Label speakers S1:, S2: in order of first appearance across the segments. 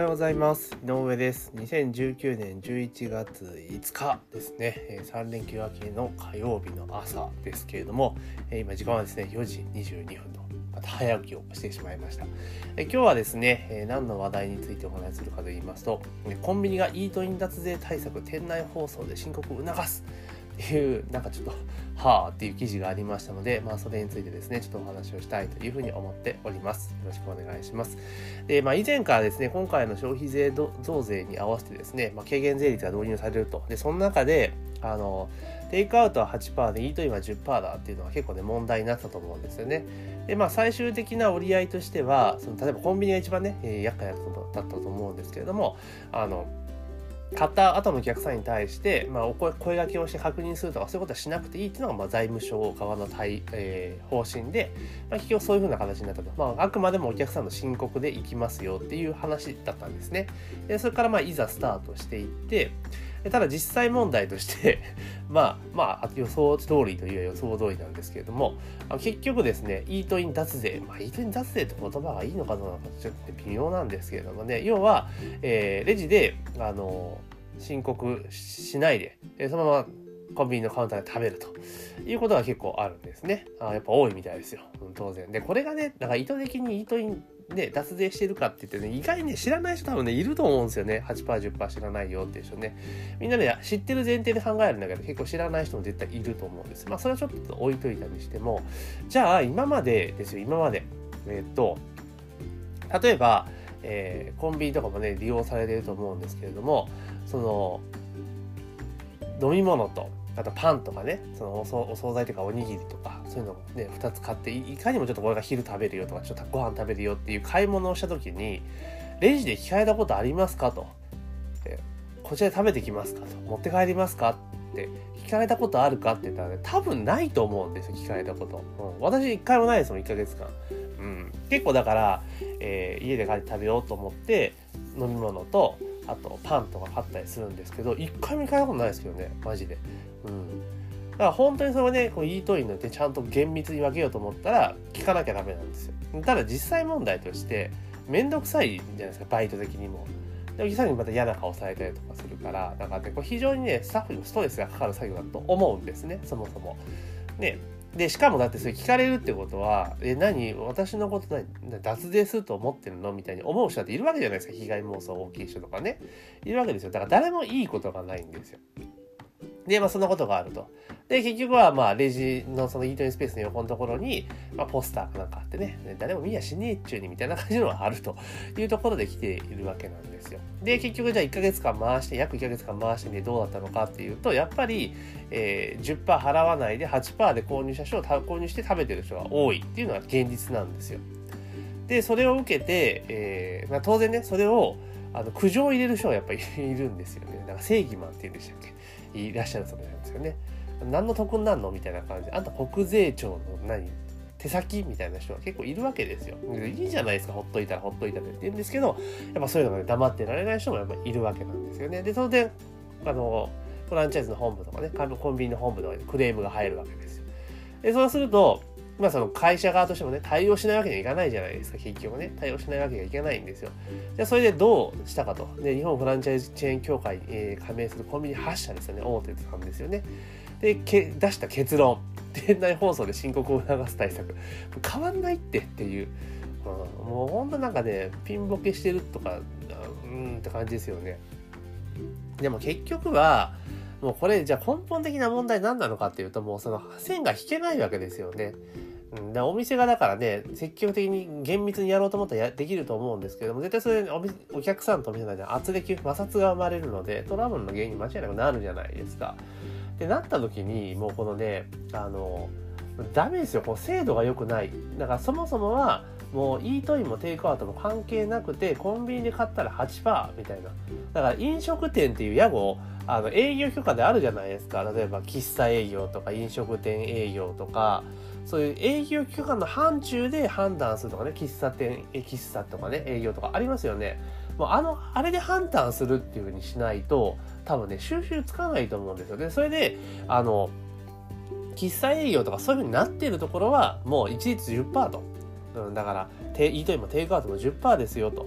S1: ようございます。井上です。2019年11月5日ですね、3連休明けの火曜日の朝ですけれども、今時間はですね4時22分とまた早起きをしてしまいました。今日はですね、何の話題についてお話しするかと言いますと、コンビニがイートイン脱税対策店内放送で申告を促すっていうなんかちょっとはぁっていう記事がありましたので、それについてですねちょっとお話をしたいというふうに思っております。よろしくお願いします。で、以前からですね今回の消費税増税に合わせてですね、軽減税率が導入されると。でその中でテイクアウトは 8% でイートインは 10% だっていうのは結構ね問題になったと思うんですよね。で最終的な折り合いとしては例えばコンビニが一番ね、厄介だったと思うんですけれども、買った後のお客さんに対して、声掛けをして確認するとかそういうことはしなくていいっていうのが、財務省側の方針で、結局そういう風な形になったと。あくまでもお客さんの申告でいきますよっていう話だったんですね。でそれからいざスタートしていって、ただ実際問題として予想通りという予想通りなんですけれども、結局ですねイートイン脱税、イートイン脱税って言葉がいいのかどうなのかちょっと微妙なんですけれどもね、要は、レジで申告しないで、そのままコンビニのカウンターで食べるということが結構あるんですね。やっぱ多いみたいですよ、当然。でこれがね意図的にイートインで脱税してるかって言ってね、意外にね知らない人多分ねいると思うんですよね。 8%、10% 知らないよっていう人ね、みんなね知ってる前提で考えるんだけど結構知らない人も絶対いると思うんです。それはちょっと置いといたにしても、じゃあ今まで例えば、コンビニとかもね利用されていると思うんですけれども、その飲み物とあとパンとかね、そのお惣菜とかおにぎりとかそういうのをね2つ買って、いかにもちょっとこれが昼食べるよとかちょっとご飯食べるよっていう買い物をした時に、レジで聞かれたことありますかと、こちらで食べてきますかと、持って帰りますかって聞かれたことあるかって言ったらね多分ないと思うんですよ。聞かれたこと、私1回もないですもん、1ヶ月間。結構だから、家で帰って食べようと思って飲み物とあとパンとか買ったりするんですけど、1回も聞かれたことないですけどね、マジで。だから本当にそれはね、こうイートインのってちゃんと厳密に分けようと思ったら聞かなきゃダメなんですよ。ただ実際問題としてめんどくさいじゃないですか、バイト的にも。でお客さんにまた嫌な顔されたりとかするから、だからねこれ非常にねスタッフにもストレスがかかる作業だと思うんですね、そもそもね。でしかもだってそれ聞かれるってことは私のこと脱税すると思ってるのみたいに思う人だっているわけじゃないですか。被害妄想大きい人とかねいるわけですよ。だから誰もいいことがないんですよ。でそんなことがあると。で結局はレジのそのイートインスペースの横のところに、ポスターかなんかあってね、誰も見やしねえっちゅうにみたいな感じのがあるというところで来ているわけなんですよ。で結局じゃあ約1ヶ月間回してみてどうだったのかっていうと、やっぱり、10% 払わないで 8% で購入して食べてる人が多いっていうのが現実なんですよ。でそれを受けて、当然ねそれを苦情を入れる人がやっぱりいるんですよね。正義マンって言うんでしたっけ、いらっしゃるそうなんですよね。何の得になるのみたいな感じで、あんた国税庁の手先みたいな人が結構いるわけですよ。いいじゃないですか、ほっといたらって言うんですけど、やっぱそういうのが、黙ってられない人もやっぱいるわけなんですよね。でその点フランチャイズの本部とかね、コンビニの本部とかでクレームが入るわけですよ。でそうするとその会社側としてもね対応しないわけにはいかないじゃないですか。結局ね対応しないわけにはいけないんですよ。じゃあそれでどうしたかと。で日本フランチャイズチェーン協会に、加盟するコンビニ8社ですよね、大手さんですよね。で出した結論、店内放送で申告を促す対策変わんないっていう、もうほんとピンボケしてるとかって感じですよね。でも結局はもうこれじゃあ根本的な問題何なのかっていうと、もうその線が引けないわけですよね。お店がだからね積極的に厳密にやろうと思ったらできると思うんですけども、絶対それでお客さんとお店の間に圧力摩擦が生まれるのでトラブルの原因に間違いなくなるじゃないですか。ってなった時にもうこのねダメですよ。こう制度が良くない。だからそもそもはもうイートインもテイクアウトも関係なくて、コンビニで買ったら 8% みたいな。だから飲食店っていう屋号営業許可であるじゃないですか。例えば喫茶営業とか飲食店営業とか、そういう営業許可の範疇で判断するとかね、喫茶とかね営業とかありますよね。もうあれで判断するっていう風にしないと多分ね収集つかないと思うんですよ。でそれで喫茶営業とかそういう風になっているところはもう一律 10% と、だからイートインもテイクアウトも 10% ですよと。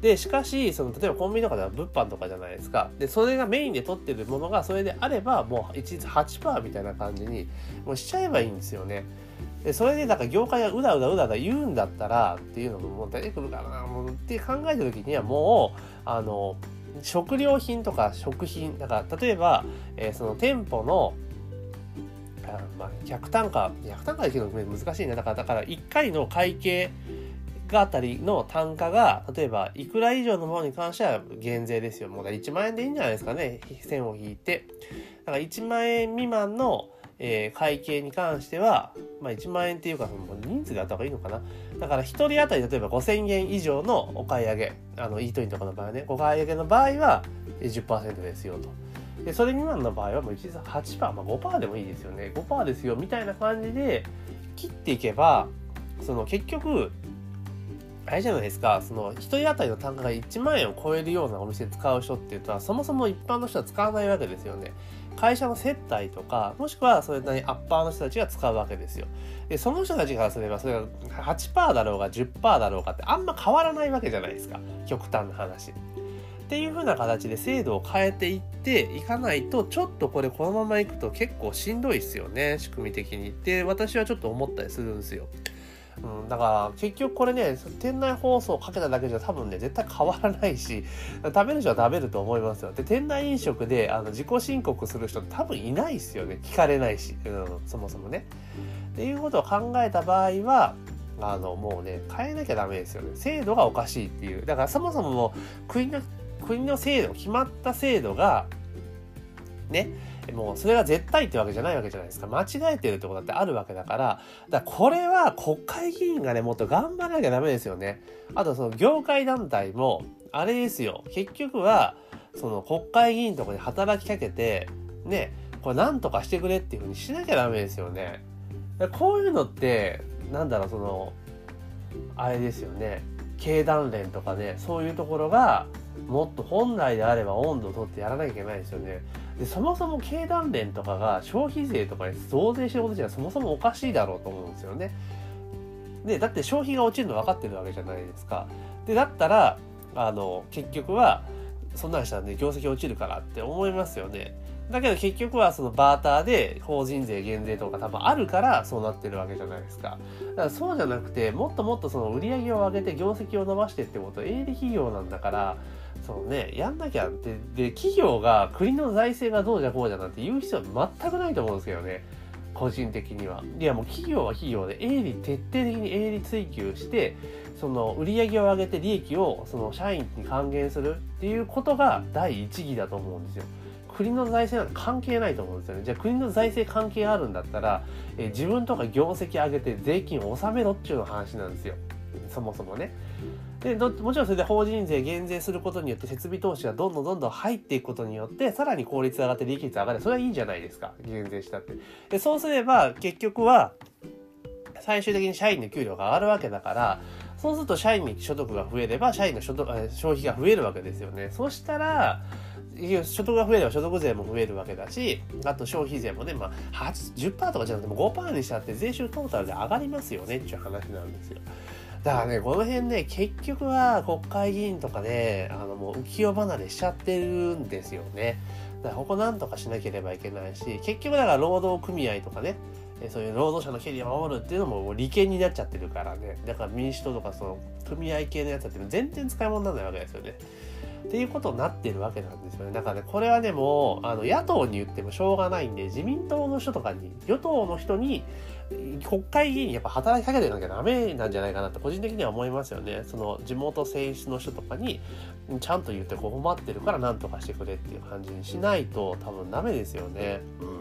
S1: でしかしその例えばコンビニとかでは物販とかじゃないですか。でそれがメインで取ってるものがそれであればもう一律 8% みたいな感じにもうしちゃえばいいんですよね。でそれでなんか業界がうだ言うんだったらっていうのももう出てくるかなもうって考えた時にはもう食料品とか食品だから例えば、その店舗の100単価できるの難しいね。だから1回の会計があたりの単価が例えばいくら以上のものに関しては減税ですよ。もう1万円でいいんじゃないですかね、線を引いて。だから1万円未満の会計に関しては、1万円っていうかその人数であった方がいいのかな。だから1人当たり例えば5000円以上のお買い上げイートインとかの場合はね、お買い上げの場合は 10% ですよと。でそれ未満の場合はもう一律 8%、5% でもいいですよね。5% ですよみたいな感じで切っていけば、その結局あれじゃないですか、その1人当たりの単価が1万円を超えるようなお店で使う人っていうとそもそも一般の人は使わないわけですよね。会社の接待とかもしくはそれなりにアッパーの人たちが使うわけですよ。でその人たちからすればそれが 8% だろうが 10% だろうがってあんま変わらないわけじゃないですか、極端な話っていう風な形で制度を変えていっていかないと、ちょっとこのままいくと結構しんどいですよね、仕組み的にって私はちょっと思ったりするんですよ。だから結局これね、店内放送かけただけじゃ多分ね絶対変わらないし、食べる人は食べると思いますよ。で店内飲食で自己申告する人多分いないですよね、聞かれないし、そもそもねっていうことを考えた場合はもうね変えなきゃダメですよね。制度がおかしいっていう。だからそもそももう国の制度、決まった制度がね、もうそれが絶対ってわけじゃないわけじゃないですか。間違えてるってことだってあるわけだから、これは国会議員がねもっと頑張らなきゃダメですよね。あとその業界団体もあれですよ、結局はその国会議員とかに働きかけてね、これなんとかしてくれっていう風にしなきゃダメですよね。こういうのってそのあれですよね、経団連とかね、そういうところがもっと本来であれば温度を取ってやらなきゃいけないですよね。でそもそも経団連とかが消費税とかに増税してること自体はそもそもおかしいだろうと思うんですよね。でだって消費が落ちるの分かってるわけじゃないですか。でだったら結局はそんなんしたらね業績落ちるからって思いますよね。だけど結局はそのバーターで法人税減税とか多分あるからそうなってるわけじゃないですか。だからそうじゃなくてもっともっとその売り上げを上げて業績を伸ばしてってこと、営利企業なんだからそうね、やんなきゃって。で企業が国の財政がどうじゃこうじゃなんて言う必要は全くないと思うんですけどね、個人的には。いやもう企業は企業で徹底的に営利追求してその売り上げを上げて利益をその社員に還元するっていうことが第一義だと思うんですよ。国の財政なんか関係ないと思うんですよね。じゃあ国の財政関係あるんだったら、自分とか業績上げて税金を納めろっていうの話なんですよ、そもそもね。でもちろんそれで法人税減税することによって設備投資がどんどん入っていくことによってさらに効率上がって利益率上がる。それはいいんじゃないですか、減税したって。でそうすれば結局は最終的に社員の給料が上がるわけだから、そうすると社員に所得が増えれば社員の消費が増えるわけですよね。そうしたら所得が増えれば所得税も増えるわけだし、あと消費税もね、10% とかじゃなくても 5% にしたって税収トータルで上がりますよねっていう話なんですよ。だからね、この辺ね、結局は国会議員とかね、もう浮世離れしちゃってるんですよね。だからここなんとかしなければいけないし、結局だから労働組合とかね、そういう労働者の権利を守るっていうのももう利権になっちゃってるからね。だから民主党とかその組合系のやつだって全然使い物にならないわけですよね。っていうことになってるわけなんですよね。だからね、これはね、もう野党に言ってもしょうがないんで、自民党の人とかに、与党の人に国会議員にやっぱ働きかけていかなきゃダメなんじゃないかなって個人的には思いますよね。その地元選出の人とかにちゃんと言って困ってるから何とかしてくれっていう感じにしないと多分ダメですよね。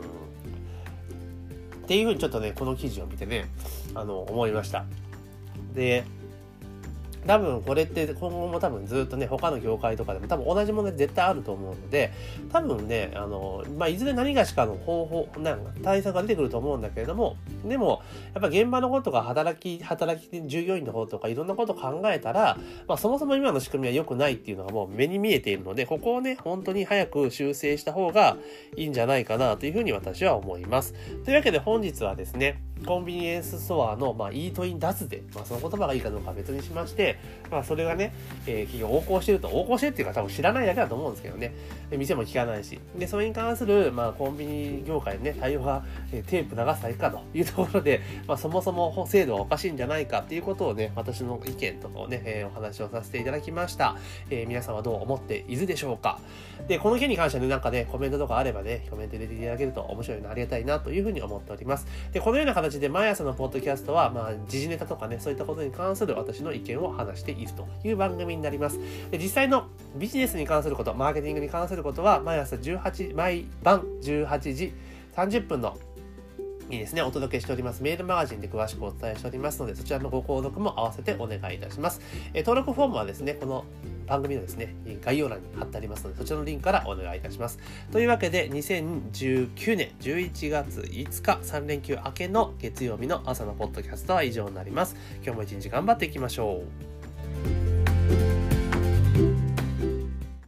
S1: っていうふうにちょっとねこの記事を見てね思いました。で多分これって今後も多分ずっとね他の業界とかでも多分同じもので絶対あると思うので、多分ねいずれ何がしかの方法対策が出てくると思うんだけれども、でもやっぱ現場のこととか働き従業員のこととかいろんなことを考えたら、そもそも今の仕組みは良くないっていうのがもう目に見えているので、ここをね本当に早く修正した方がいいんじゃないかなというふうに私は思います。というわけで本日はですねコンビニエンスストアの、イートイン脱税、その言葉がいいかどうかは別にしまして、それがね、企業横行してるっていうか多分知らないだけだと思うんですけどね、店も聞かないし、でそれに関する、コンビニ業界のね対応が、テープ流すだけかというところで、そもそも制度はおかしいんじゃないかっていうことをね、私の意見とかをね、お話をさせていただきました。皆さんはどう思っているでしょうか。でこの件に関してはね、なんかねコメントとかあればね、コメント入れていただけると面白いのありがたいなというふうに思っております。でこのような形で毎朝のポッドキャストは、時事ネタとかね、そういったことに関する私の意見を話しているという番組になります。で実際のビジネスに関すること、マーケティングに関することは毎晩18時30分のにですね、お届けしておりますメールマガジンで詳しくお伝えしておりますので、そちらのご購読も合わせてお願いいたします。登録フォームはですね、この番組のですね、概要欄に貼ってありますので、そちらのリンクからお願いいたします。というわけで、2019年11月5日、3連休明けの月曜日の朝のポッドキャストは以上になります。今日も一日頑張っていきましょう。